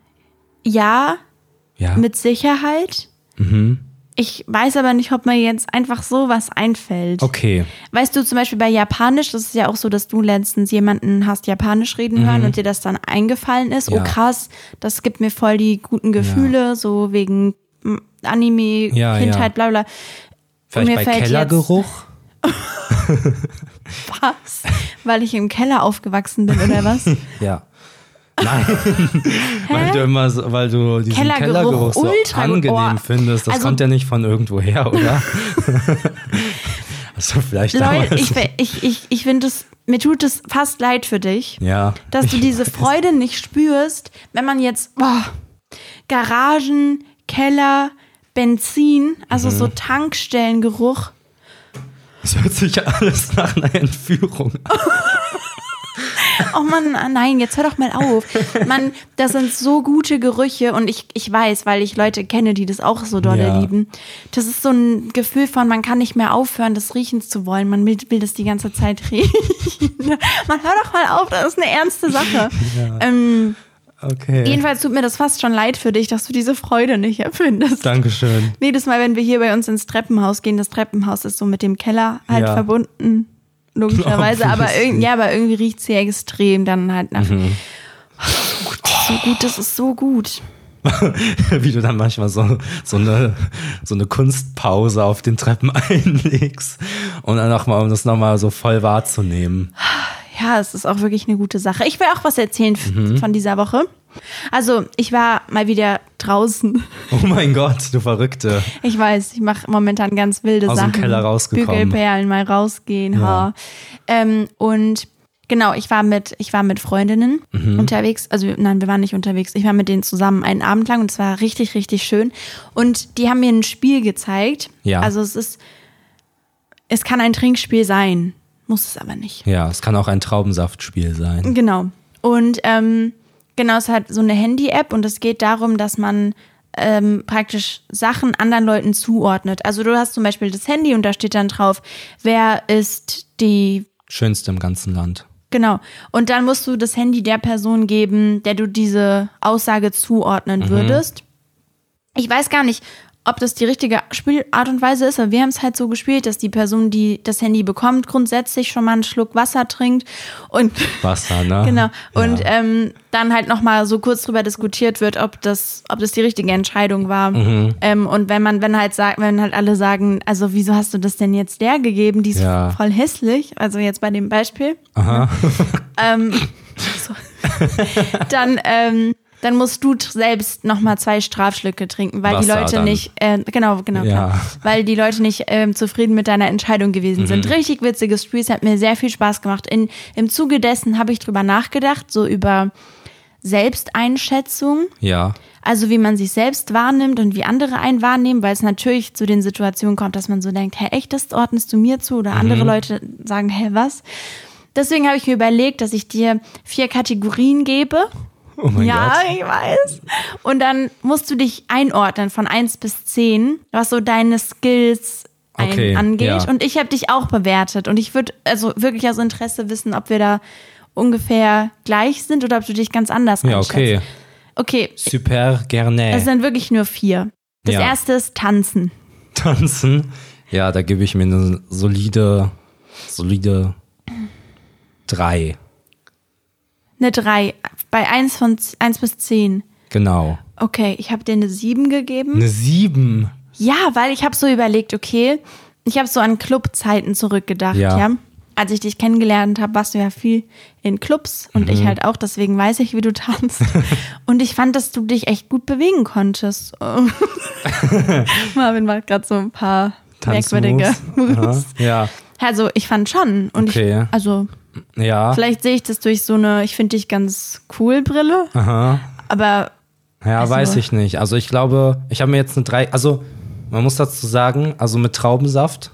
Ja. Ja. Mit Sicherheit. Ich weiß aber nicht, ob mir jetzt einfach sowas einfällt. Okay. Weißt du, zum Beispiel bei Japanisch, das ist ja auch so, dass du letztens jemanden hast Japanisch reden hören und dir das dann eingefallen ist. Ja. Oh krass, das gibt mir voll die guten Gefühle, so wegen Anime, Kindheit, bla bla. Vielleicht bei Kellergeruch? Was? Weil ich im Keller aufgewachsen bin, oder was? Ja. Nein, weil du diesen Kellergeruch so angenehm findest. Das kommt ja nicht von irgendwo her, oder? Also vielleicht Leute, ich finde es, mir tut es fast leid für dich, dass du diese Freude nicht spürst, wenn man jetzt Garagen, Keller, Benzin, also so Tankstellengeruch. Das hört sich alles nach einer Entführung an. Oh Mann, nein, jetzt hör doch mal auf. Mann, das sind so gute Gerüche und ich weiß, weil ich Leute kenne, die das auch so dolle lieben. Das ist so ein Gefühl von, man kann nicht mehr aufhören, das riechen zu wollen. Man will das die ganze Zeit riechen. Man, hör doch mal auf, das ist eine ernste Sache. Ja. Okay. Jedenfalls tut mir das fast schon leid für dich, dass du diese Freude nicht empfindest. Dankeschön. Jedes Mal, wenn wir hier bei uns ins Treppenhaus gehen, das Treppenhaus ist so mit dem Keller halt verbunden, logischerweise. Aber irgendwie riecht es hier extrem dann halt nach. Das ist so gut. Wie du dann manchmal so eine Kunstpause auf den Treppen einlegst und dann nochmal, um das nochmal so voll wahrzunehmen. Ja, es ist auch wirklich eine gute Sache. Ich will auch was erzählen von dieser Woche. Also, ich war mal wieder draußen. Oh mein Gott, du Verrückte. Ich weiß, ich mache momentan ganz wilde Sachen. Aus dem Keller rausgekommen. Bügelperlen, mal rausgehen. Ja. Und genau, ich war mit Freundinnen unterwegs. Also nein, wir waren nicht unterwegs. Ich war mit denen zusammen einen Abend lang und es war richtig, richtig schön. Und die haben mir ein Spiel gezeigt. Ja. Also es kann ein Trinkspiel sein, muss es aber nicht. Ja, es kann auch ein Traubensaftspiel sein. Genau. Und genau, es hat so eine Handy-App und es geht darum, dass man praktisch Sachen anderen Leuten zuordnet. Also du hast zum Beispiel das Handy und da steht dann drauf, wer ist die Schönste im ganzen Land. Genau. Und dann musst du das Handy der Person geben, der du diese Aussage zuordnen würdest. Ich weiß gar nicht, ob das die richtige Spielart und Weise ist, aber wir haben es halt so gespielt, dass die Person, die das Handy bekommt, grundsätzlich schon mal einen Schluck Wasser trinkt und Wasser, ne? Genau. Ja. Und dann halt nochmal so kurz drüber diskutiert wird, ob das die richtige Entscheidung war. Und wenn halt alle sagen, also wieso hast du das denn jetzt der gegeben? Die ist voll hässlich. Also jetzt bei dem Beispiel. Aha. Dann musst du selbst nochmal 2 Strafschlücke trinken, weil Wasser die Leute dann. nicht, genau, Ja. klar, weil die Leute nicht zufrieden mit deiner Entscheidung gewesen sind. Richtig witziges Spiel, es hat mir sehr viel Spaß gemacht. Im Zuge dessen habe ich drüber nachgedacht, so über Selbsteinschätzung. Ja. Also wie man sich selbst wahrnimmt und wie andere einen wahrnehmen, weil es natürlich zu den Situationen kommt, dass man so denkt, hä, echt, das ordnest du mir zu? Oder andere Leute sagen, hä, was? Deswegen habe ich mir überlegt, dass ich dir 4 Kategorien gebe. Oh mein Ja, Gott. ich weiß. Und dann musst du dich einordnen von 1 bis 10, was so deine Skills angeht. Ja. Und ich habe dich auch bewertet. Und ich würde also wirklich aus Interesse wissen, ob wir da ungefähr gleich sind oder ob du dich ganz anders einschätzt. Ja, okay. Okay, Super gerne. es sind wirklich nur 4. Das erste ist Tanzen. Tanzen. Ja, da gebe ich mir eine solide 3. Eine 3. Bei 1 bis 10. Genau. Okay, ich habe dir eine 7 gegeben. Eine 7. Ja, weil ich habe so überlegt, okay, ich habe so an Clubzeiten zurückgedacht, ja. Als ich dich kennengelernt habe, warst du ja viel in Clubs und ich halt auch, deswegen weiß ich, wie du tanzt. Und ich fand, dass du dich echt gut bewegen konntest. Marvin macht gerade so ein paar merkwürdige Moves. Ja. Also ich fand schon. Und Okay. Ja. vielleicht sehe ich das durch so eine, ich finde dich ganz cool Brille. Aha. Aber Ja, also, weiß ich nicht. Also ich glaube, ich habe mir jetzt eine 3, also man muss dazu sagen, also mit Traubensaft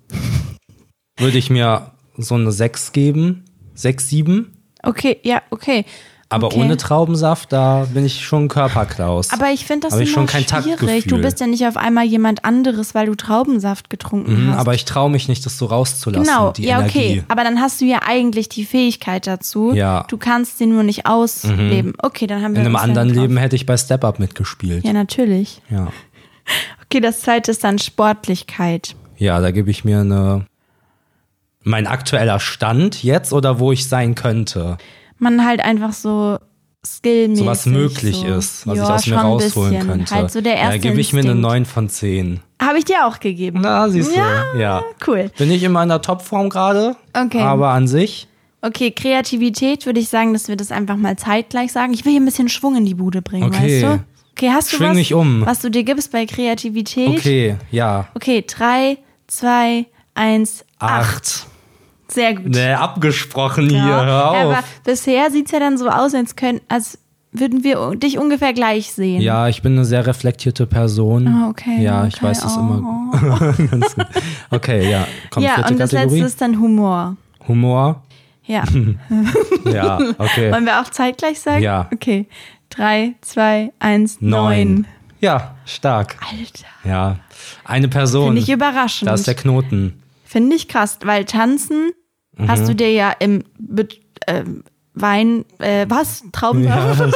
würde ich mir so eine 6 geben. 6, 7. okay, ja, okay. Aber Okay. ohne Traubensaft, da bin ich schon Körperklaus. Aber ich finde das Habe ich immer schon kein schwierig. Taktgefühl. Du bist ja nicht auf einmal jemand anderes, weil du Traubensaft getrunken hast. Aber ich traue mich nicht, das so rauszulassen, genau, die ja, Energie. okay. Aber dann hast du ja eigentlich die Fähigkeit dazu. Ja. Du kannst sie nur nicht ausleben. Okay, dann haben wir In einem uns anderen ja drauf. Leben hätte ich bei Step Up mitgespielt. Ja, natürlich. Ja. Okay, das zweite ist dann Sportlichkeit. Ja, da gebe ich mir mein aktueller Stand jetzt oder wo ich sein könnte. Man halt einfach so skillmäßig. So was möglich so. ist, was Ja, ich aus mir schon ein rausholen bisschen. könnte. Halt so der erste Da gebe ich mir eine Instinkt. 9 von 10. Habe ich dir auch gegeben. Na, siehst du. Ja. Cool. Bin ich in meiner Topform gerade. Okay. Aber an sich. Okay, Kreativität würde ich sagen, dass wir das einfach mal zeitgleich sagen. Ich will hier ein bisschen Schwung in die Bude bringen, Okay. weißt du? Okay, hast du Schwing was, mich um. was du dir gibst bei Kreativität? Okay, ja. Okay, 3, 2, 1, 8. Sehr gut. Ne, abgesprochen hier. Ja. Hör auf. Aber bisher sieht es ja dann so aus, als würden wir dich ungefähr gleich sehen. Ja, ich bin eine sehr reflektierte Person. Ah, okay, Ja, ich okay, weiß es immer ganz gut. Okay, ja. Komm, Ja, vierte und das Kategorie. letzte ist dann Humor. Humor. Ja. Ja, okay. Wollen wir auch zeitgleich sagen? Ja. Okay. 3, 2, 1, 9. Ja, stark. Alter. Ja. Eine Person. Finde ich überraschend. Da ist der Knoten. Finde ich krass, weil Tanzen hast du dir ja Wein, Traubensaft.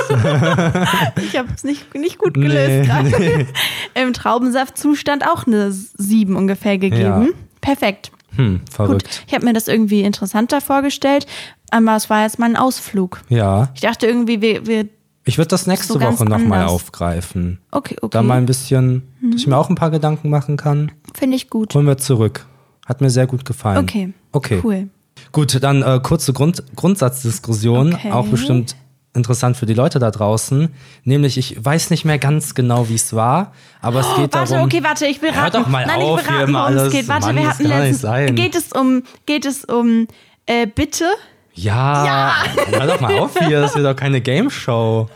Ich habe es nicht gut gelöst gerade. Nee. Im Traubensaftzustand auch eine 7 ungefähr gegeben. Ja. Perfekt. Verrückt. Gut, ich habe mir das irgendwie interessanter vorgestellt, aber es war jetzt mal ein Ausflug. Ja. Ich dachte irgendwie, ich würde das nächste Woche nochmal aufgreifen. Okay. Da mal ein bisschen, dass ich mir auch ein paar Gedanken machen kann. Finde ich gut. Holen wir zurück. Hat mir sehr gut gefallen. Okay. Cool. Gut, dann kurze Grundsatzdiskussion. Okay. Auch bestimmt interessant für die Leute da draußen. Nämlich, ich weiß nicht mehr ganz genau, wie es war, aber es geht darum... Warte, ich will raten. Hör doch mal Nein, auf, ich will raten, hier mal worum alles. es geht. Warte, Mann, wir hatten letztens... Geht es um Bitte? Ja, hör doch mal auf hier, das ist ja doch keine Game-Show.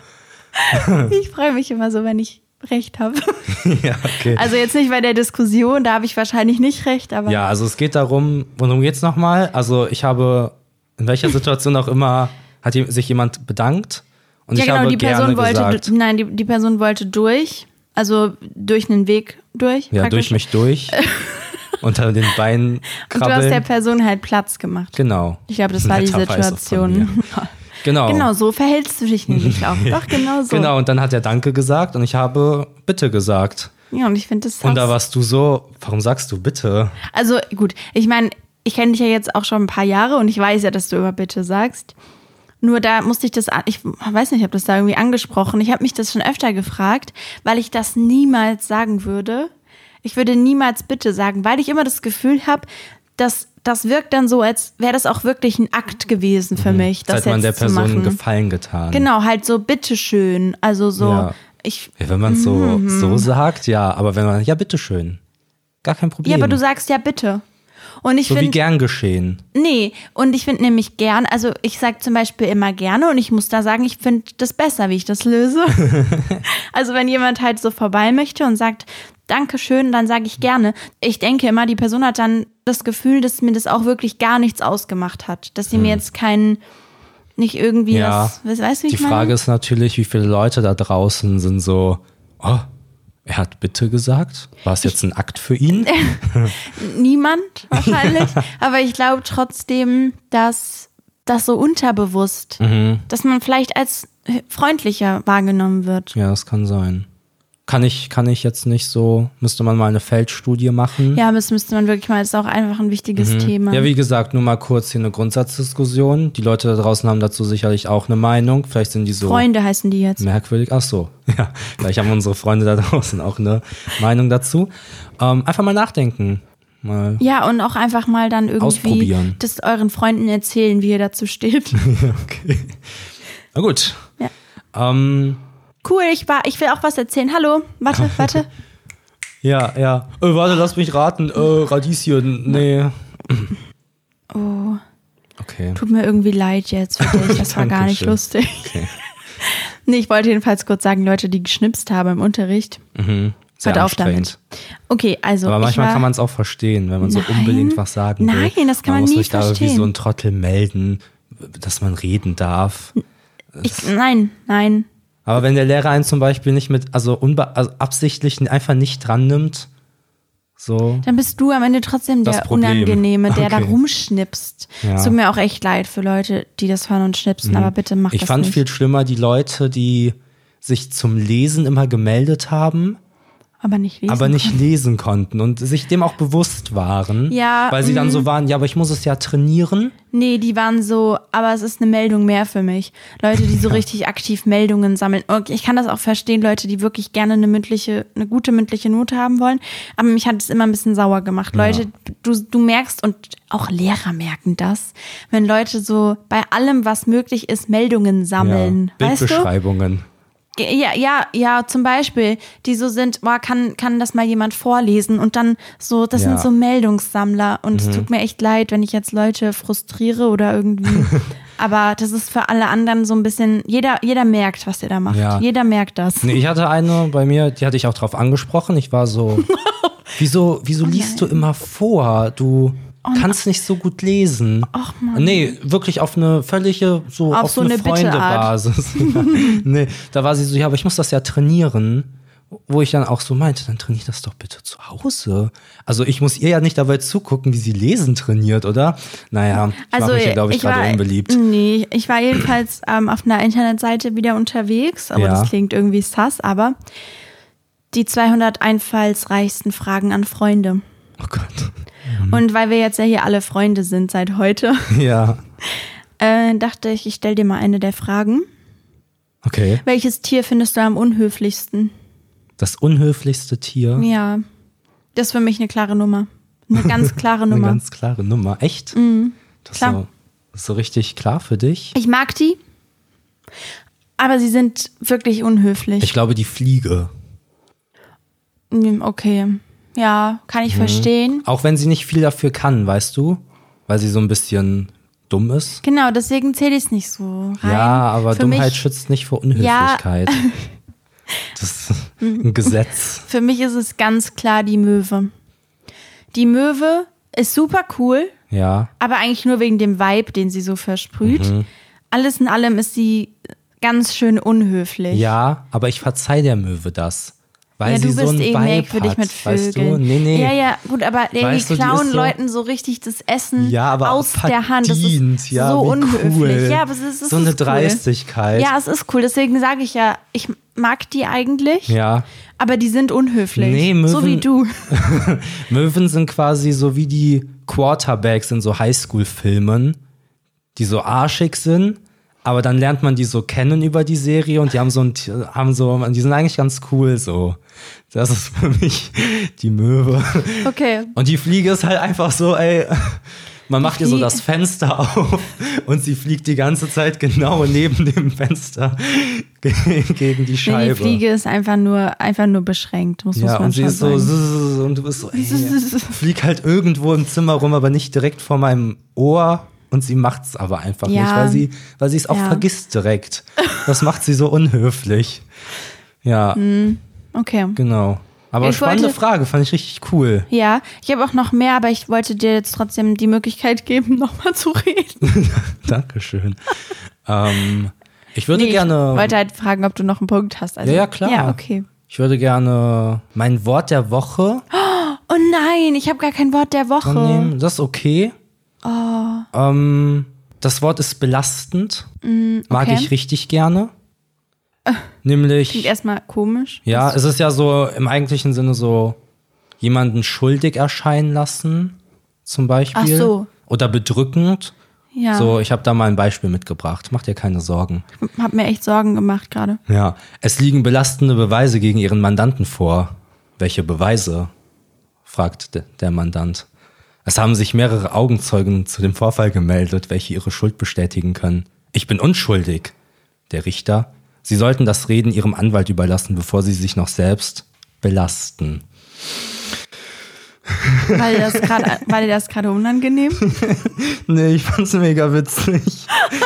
Ich freue mich immer so, wenn ich recht habe. Ja, okay. Also jetzt nicht bei der Diskussion, da habe ich wahrscheinlich nicht recht, aber... Ja, also es geht darum, worum geht's nochmal? Also ich habe, in welcher Situation auch immer, hat sich jemand bedankt und ich habe gerne gesagt... Die Person wollte durch, also durch einen Weg durch. Ja, durch mich durch. Unter den Beinen krabbeln. Und du hast der Person halt Platz gemacht. Genau. Ich glaube, das war die Situation. Genau, so verhältst du dich nämlich auch. Doch, genau so. Genau, und dann hat er Danke gesagt und ich habe Bitte gesagt. Ja, und ich finde das... Und da warst du so, warum sagst du Bitte? Also gut, ich meine, ich kenne dich ja jetzt auch schon ein paar Jahre und ich weiß ja, dass du immer Bitte sagst. Nur da musste ich weiß nicht, ich habe das da irgendwie angesprochen. Ich habe mich das schon öfter gefragt, weil ich das niemals sagen würde. Ich würde niemals Bitte sagen, weil ich immer das Gefühl habe, dass das wirkt dann so, als wäre das auch wirklich ein Akt gewesen für mich, das jetzt zu machen. Als hätte man der Person einen Gefallen getan. Genau, halt so bitteschön. Also so, ja. Wenn man es so sagt, ja. Aber wenn man, ja, bitteschön. Gar kein Problem. Ja, aber du sagst ja bitte. Und ich so wie gern geschehen. Nee, und ich finde nämlich gern, also ich sage zum Beispiel immer gerne und ich muss da sagen, ich finde das besser, wie ich das löse. Also wenn jemand halt so vorbei möchte und sagt, Dankeschön, dann sage ich gerne. Ich denke immer, die Person hat dann das Gefühl, dass mir das auch wirklich gar nichts ausgemacht hat. Dass sie mir jetzt nicht irgendwie weißt du, wie ich meine? Die Frage ist natürlich, wie viele Leute da draußen sind so, oh, er hat Bitte gesagt? War es jetzt ein Akt für ihn? Niemand wahrscheinlich. Aber ich glaube trotzdem, dass das so unterbewusst, dass man vielleicht als freundlicher wahrgenommen wird. Ja, das kann sein. Kann ich jetzt nicht so, müsste man mal eine Feldstudie machen. Ja, das müsste man wirklich mal, das ist auch einfach ein wichtiges Thema. Ja, wie gesagt, nur mal kurz hier eine Grundsatzdiskussion. Die Leute da draußen haben dazu sicherlich auch eine Meinung. Vielleicht sind die so... Freunde heißen die jetzt. Merkwürdig, ach so. Ja, vielleicht haben unsere Freunde da draußen auch eine Meinung dazu. Einfach mal nachdenken. Ja, und auch einfach mal dann irgendwie das euren Freunden erzählen, wie ihr dazu steht. Okay. Na gut. Ja. Cool, ich will auch was erzählen. Hallo, warte. Ja. Warte, lass mich raten. Radieschen, nee. Oh. Okay. Tut mir irgendwie leid jetzt für dich. Das war gar nicht lustig. Okay. Nee, ich wollte jedenfalls kurz sagen, Leute, die geschnipst haben im Unterricht. Sehr hört auf damit. Okay, also. Aber manchmal kann man es auch verstehen, wenn man so unbedingt was sagen will. Nein, das kann man nie verstehen. Man muss sich da wie so ein Trottel melden, dass man reden darf. Nein. Aber wenn der Lehrer einen zum Beispiel nicht absichtlich einfach nicht dran nimmt, so. Dann bist du am Ende trotzdem der Unangenehme, der da rumschnipst. Ja. Es tut mir auch echt leid für Leute, die das hören und schnipsen, aber bitte mach das nicht. Ich fand viel schlimmer die Leute, die sich zum Lesen immer gemeldet haben, aber nicht lesen konnten und sich dem auch bewusst waren, weil sie dann so waren, ja, aber ich muss es ja trainieren. Nee, die waren so, aber es ist eine Meldung mehr für mich. Leute, die so richtig aktiv Meldungen sammeln. Okay, ich kann das auch verstehen, Leute, die wirklich gerne eine gute mündliche Note haben wollen, aber mich hat es immer ein bisschen sauer gemacht. Ja. Leute, du merkst, und auch Lehrer merken das, wenn Leute so bei allem, was möglich ist, Meldungen sammeln. Ja, Bildbeschreibungen. Ja, zum Beispiel, die so sind, kann das mal jemand vorlesen und dann so, das sind so Meldungssammler und es tut mir echt leid, wenn ich jetzt Leute frustriere oder irgendwie, aber das ist für alle anderen so ein bisschen, jeder merkt, was ihr da macht, jeder merkt das. Nee, ich hatte eine bei mir, die hatte ich auch drauf angesprochen, ich war so, wieso liest du immer vor, du kannst nicht so gut lesen. Ach Mann. Nee, wirklich auf eine völlige, auf so eine Freundebasis. Nee, da war sie so, ja, aber ich muss das ja trainieren. wo ich dann auch so meinte, dann trainiere das doch bitte zu Hause. Also ich muss ihr ja nicht dabei zugucken, wie sie lesen trainiert, oder? Naja, ich mache mich ja, glaube ich, gerade unbeliebt. Nee, ich war jedenfalls auf einer Internetseite wieder unterwegs, aber das klingt irgendwie sass, aber die 200 einfallsreichsten Fragen an Freunde. Oh Gott. Und weil wir jetzt ja hier alle Freunde sind seit heute, dachte ich stelle dir mal eine der Fragen. Okay. Welches Tier findest du am unhöflichsten? Das unhöflichste Tier? Ja, das ist für mich eine klare Nummer. Eine ganz klare Nummer. Eine ganz klare Nummer. Echt? Mhm. Das ist so richtig klar für dich? Ich mag die, aber sie sind wirklich unhöflich. Ich glaube, die Fliege. Okay, ja, kann ich verstehen. Auch wenn sie nicht viel dafür kann, weißt du? Weil sie so ein bisschen dumm ist. Genau, deswegen zähle ich es nicht so rein. Ja, aber für Dummheit mich, schützt nicht vor Unhöflichkeit. Ja. Das ist ein Gesetz. Für mich ist es ganz klar die Möwe. Die Möwe ist super cool, Ja. aber eigentlich nur wegen dem Vibe, den sie so versprüht. Alles in allem ist sie ganz schön unhöflich. Ja, aber ich verzeih der Möwe das. Weil Ja, sie du so bist einen Vibe merkwürdig hat, mit Vögeln. weißt du? Nee. Ja, gut, aber die Weißt du, die klauen ist so- Leuten so richtig das Essen Ja, aber aus der Hand. Das verdient. ist Ja, so wie unhöflich. cool. Ja, aber es ist so eine cool. Dreistigkeit. Ja, es ist cool. Deswegen sage ich ja, ich mag die eigentlich, Ja. aber die sind unhöflich. Nee, Möwen- so wie du. Möwen sind quasi so wie die Quarterbacks in so Highschool-Filmen, die so arschig sind, aber dann lernt man die so kennen über die Serie und die die sind eigentlich ganz cool so. Das ist für mich die Möwe. Okay. Und die Fliege ist halt einfach so, ey, man macht ihr so das Fenster auf und sie fliegt die ganze Zeit genau neben dem Fenster gegen die Scheibe. Nee, die Fliege ist einfach nur beschränkt, muss Ja, man und sie schon ist so, sagen. und du bist so, ey, flieg halt irgendwo im Zimmer rum, aber nicht direkt vor meinem Ohr. Und sie macht's aber einfach Ja. nicht, weil sie es auch vergisst direkt. Das macht sie so unhöflich. Ja, Okay. genau. Aber spannende Frage, fand ich richtig cool. Ja, ich habe auch noch mehr, aber ich wollte dir jetzt trotzdem die Möglichkeit geben, nochmal zu reden. Dankeschön. Ich würde gerne. Ich wollte halt fragen, ob du noch einen Punkt hast. Also, Ja, klar. Ja, okay. Ich würde gerne mein Wort der Woche Oh nein, ich habe gar kein Wort der Woche. nehmen. Das ist okay. Das Wort ist belastend. Mag okay. ich richtig gerne. Klingt Nämlich, erstmal komisch. ja, es ist ja so im eigentlichen Sinne so jemanden schuldig erscheinen lassen, zum Beispiel. Ach so. Oder bedrückend. Ja, So, ich habe da mal ein Beispiel mitgebracht. Mach dir keine Sorgen. ich habe mir echt Sorgen gemacht gerade. Ja, es liegen belastende Beweise gegen Ihren Mandanten vor. Welche Beweise? Fragt der Mandant. Es haben sich mehrere Augenzeugen zu dem Vorfall gemeldet, welche ihre Schuld bestätigen können. Ich bin unschuldig. Der Richter. Sie sollten das Reden Ihrem Anwalt überlassen, bevor Sie sich noch selbst belasten. War dir das gerade unangenehm? Nee, ich fand's mega witzig.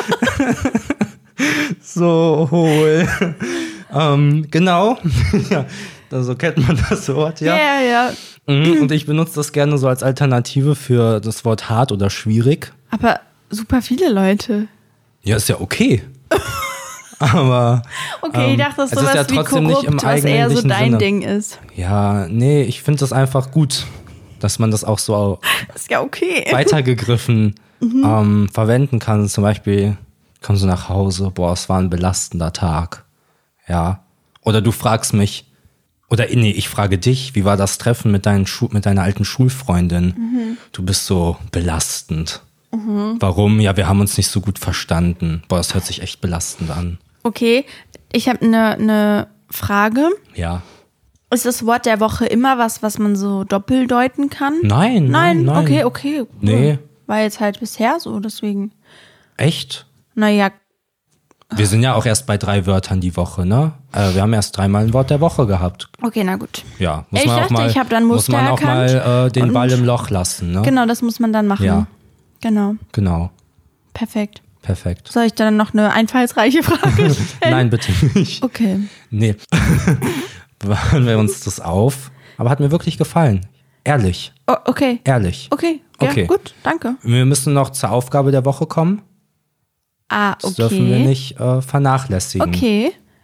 So hohl. Genau. Ja, so kennt man das Wort, ja. Ja. Und ich benutze das gerne so als Alternative für das Wort hart oder schwierig. Aber super viele Leute. Ja, ist ja okay. Aber Okay, ich dachte, das ist es ist sowas ja wie trotzdem nicht im korrupt, was eher so eigentlichen dein Sinne. Ding ist. Ja, nee, ich finde das einfach gut, dass man das auch so Ist ja okay. weitergegriffen verwenden kann. Zum Beispiel kommst du nach Hause, boah, es war ein belastender Tag. Ja. Oder du fragst mich, ich frage dich, wie war das Treffen mit deiner alten Schulfreundin? Du bist so belastend. Warum? Ja, wir haben uns nicht so gut verstanden. Boah, das hört sich echt belastend an. Okay, ich habe eine Frage. Ja. Ist das Wort der Woche immer was man so doppeldeuten kann? Nein. Okay. Cool. Nee. War jetzt halt bisher so, deswegen. Echt? Naja, Wir sind ja auch erst bei 3 Wörtern die Woche, ne? Wir haben erst 3-mal ein Wort der Woche gehabt. okay, na gut. Ja, Ich dachte, ich hab dann muss Muster man auch mal erkannt den und- Ball im Loch lassen, ne? Genau, das muss man dann machen. Ja. Genau, Genau, perfekt. perfekt. Soll ich dann noch eine einfallsreiche Frage stellen? Nein, bitte nicht. Okay. Nee. Bewahren wir uns das auf. Aber hat mir wirklich gefallen. Ehrlich, Oh, okay. ehrlich. Okay. Ja, Okay. gut, danke. Wir müssen noch zur Aufgabe der Woche kommen. Ah, Das okay. dürfen wir nicht vernachlässigen. Okay.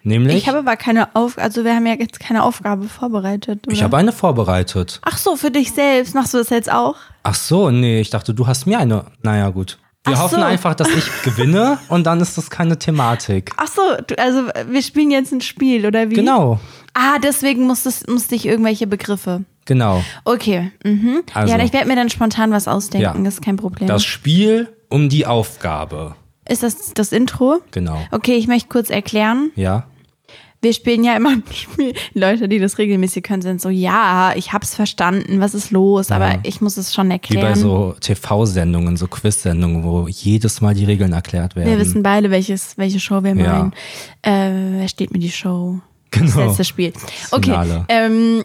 Nämlich? Ich habe aber keine also wir haben ja jetzt keine Aufgabe vorbereitet, oder? Ich habe eine vorbereitet. Ach so, für dich selbst. Machst du das jetzt auch? Ach so, nee, ich dachte, du hast mir eine. Naja, gut. Wir Ach hoffen so. einfach, dass ich gewinne und dann ist das keine Thematik. Ach so, also wir spielen jetzt ein Spiel, oder wie? Genau, Deswegen musste ich irgendwelche Begriffe. genau. Okay. Mhm. Also. Ja, ich werde mir dann spontan was ausdenken, Ja. das ist kein Problem. Das Spiel um die Aufgabe. Ist das Intro? Genau. Okay, ich möchte kurz erklären. Ja. Wir spielen ja immer ein Spiel. Leute, die das regelmäßig können, sind so, ja, ich hab's verstanden, was ist los? Aber ich muss es schon Wie erklären. bei so TV-Sendungen, so Quiz-Sendungen, wo jedes Mal die Regeln erklärt werden. Wir wissen beide, welche Show wir Ja. meinen. Wer steht mir die Show? Genau. Das letzte Spiel. Okay. Finale.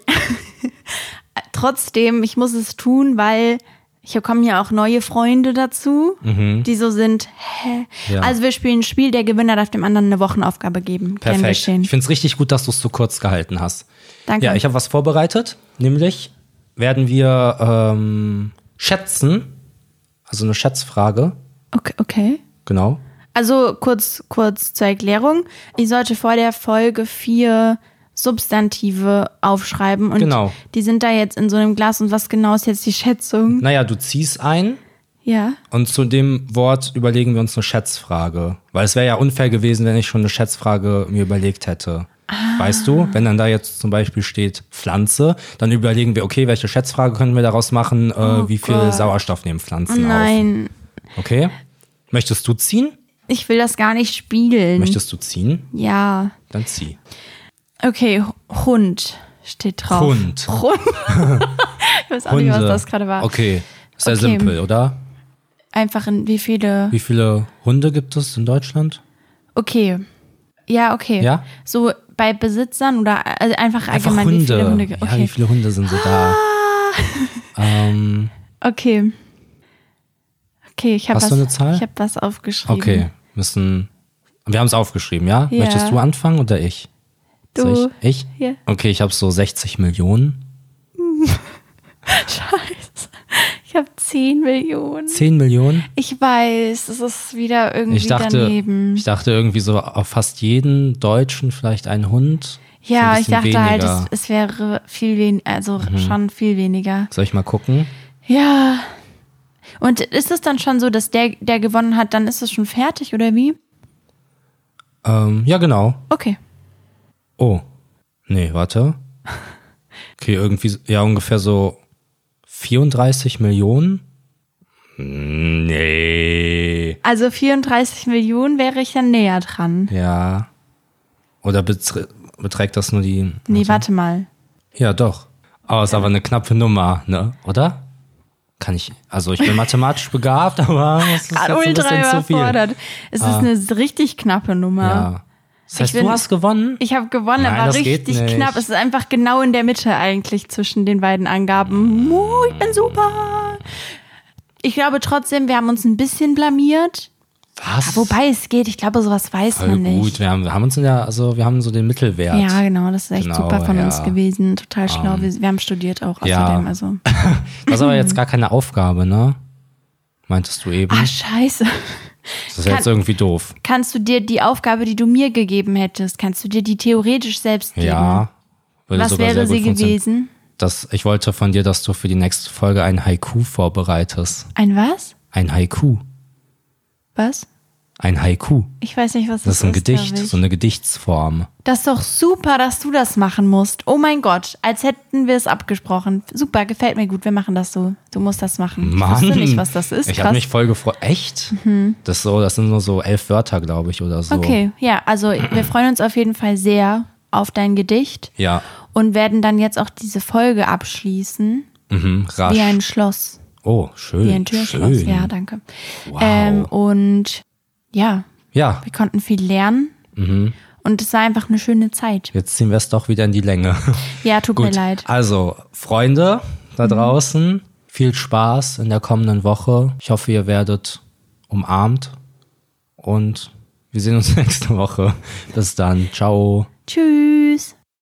Trotzdem, ich muss es tun, weil hier kommen ja auch neue Freunde dazu, die so sind, hä? Ja. Also wir spielen ein Spiel, der Gewinner darf dem anderen eine Wochenaufgabe geben. Gern Perfekt. geschehen. Ich finde es richtig gut, dass du es so kurz gehalten hast. Danke. Ja, ich habe was vorbereitet. Nämlich werden wir schätzen. Also eine Schätzfrage. Okay. Genau. Also kurz zur Erklärung. Ich sollte vor der Folge 4 Substantive aufschreiben und Genau. die sind da jetzt in so einem Glas und was genau ist jetzt die Schätzung? Naja, du ziehst ein Ja. und zu dem Wort überlegen wir uns eine Schätzfrage. Weil es wäre ja unfair gewesen, wenn ich schon eine Schätzfrage mir überlegt hätte. Weißt du, wenn dann da jetzt zum Beispiel steht Pflanze, dann überlegen wir, okay, welche Schätzfrage können wir daraus machen, wie viel Gott. Sauerstoff nehmen Pflanzen auf. Nein, Okay? Möchtest du ziehen? ich will das gar nicht spielen. Möchtest du ziehen? Ja. Dann zieh. Okay, Hund steht drauf. Hund. Ich weiß auch nicht, was Hunde. das gerade war. Okay, sehr Okay. simpel, oder? Einfach in wie viele? Wie viele Hunde gibt es in Deutschland? Okay. Ja, okay. Ja? So bei Besitzern oder also einfach Einfach allgemein, Hunde. wie viele Hunde? Ja, Okay. wie viele Hunde sind so da? Okay. Okay, ich habe Hast was, du eine Zahl? Ich habe was aufgeschrieben. Okay, wir haben es aufgeschrieben, ja? Ja. Möchtest du anfangen oder ich? Du. Soll ich? Ja. Okay, ich habe so 60 Millionen. Scheiße. Ich habe 10 Millionen. 10 Millionen? Ich weiß, es ist wieder irgendwie Ich dachte irgendwie so auf fast jeden Deutschen vielleicht ein Hund. Ja, So ich ein bisschen dachte halt, weniger. es wäre viel weniger, also schon viel weniger. Soll ich mal gucken? Ja. Und ist es dann schon so, dass der gewonnen hat, dann ist es schon fertig oder wie? Ja, genau. Okay. Oh. Nee, warte. Okay, irgendwie, ja, ungefähr so 34 Millionen? Nee. Also 34 Millionen wäre ich dann näher dran. Ja. Oder beträgt das nur die... Nee, warte mal. Ja, doch. Aber ist aber eine knappe Nummer, ne? Oder? Ich bin mathematisch begabt, aber es ist jetzt Gerade ein ultra bisschen zu viel. überfordert. Es ist eine richtig knappe Nummer. Ja. Das heißt, Ich bin- du hast gewonnen? Ich habe gewonnen, Nein, aber das geht richtig nicht. knapp. Es ist einfach genau in der Mitte eigentlich zwischen den beiden Angaben. Ich bin super. Ich glaube trotzdem, wir haben uns ein bisschen blamiert. Was? Wobei es geht, ich glaube, sowas weiß Voll man nicht. gut. Wir haben so den Mittelwert. Ja, genau, das ist echt Genau, super von ja. uns gewesen. Total schlau. Wir haben studiert auch Ja. außerdem. Also. Das ist aber jetzt gar keine Aufgabe, ne? Meintest du eben? Ah, scheiße. Das ist jetzt irgendwie doof. Kannst du dir die Aufgabe, die du mir gegeben hättest, kannst du dir die theoretisch selbst geben? Ja. Würde Was sogar wäre sehr gut sie funktionieren. gewesen? Ich wollte von dir, dass du für die nächste Folge ein Haiku vorbereitest. Ein was? Ein Haiku. Was? Ein Haiku. Ich weiß nicht, was das ist. Das ist ein Gedicht, glaub ich. so eine Gedichtsform. Das ist doch super, dass du das machen musst. Oh mein Gott, als hätten wir es abgesprochen. Super, gefällt mir gut, wir machen das so. Du musst das machen. Mann. Ich wusste nicht, was das ist. Ich Krass. habe mich voll gefreut. Echt? Das sind nur so 11 Wörter, glaube ich, oder so. Okay, ja, also wir freuen uns auf jeden Fall sehr auf dein Gedicht Ja, und werden dann jetzt auch diese Folge abschließen. rasch. Wie ein Schloss. Oh, schön. Wie ein Türschloss. Schön. Ja, danke. Wow. Und ja, Ja, wir konnten viel lernen. Und es war einfach eine schöne Zeit. jetzt ziehen wir es doch wieder in die Länge. Ja, tut mir Gut, leid. also Freunde da draußen, viel Spaß in der kommenden Woche. Ich hoffe, ihr werdet umarmt und wir sehen uns nächste Woche. Bis dann. Ciao. Tschüss.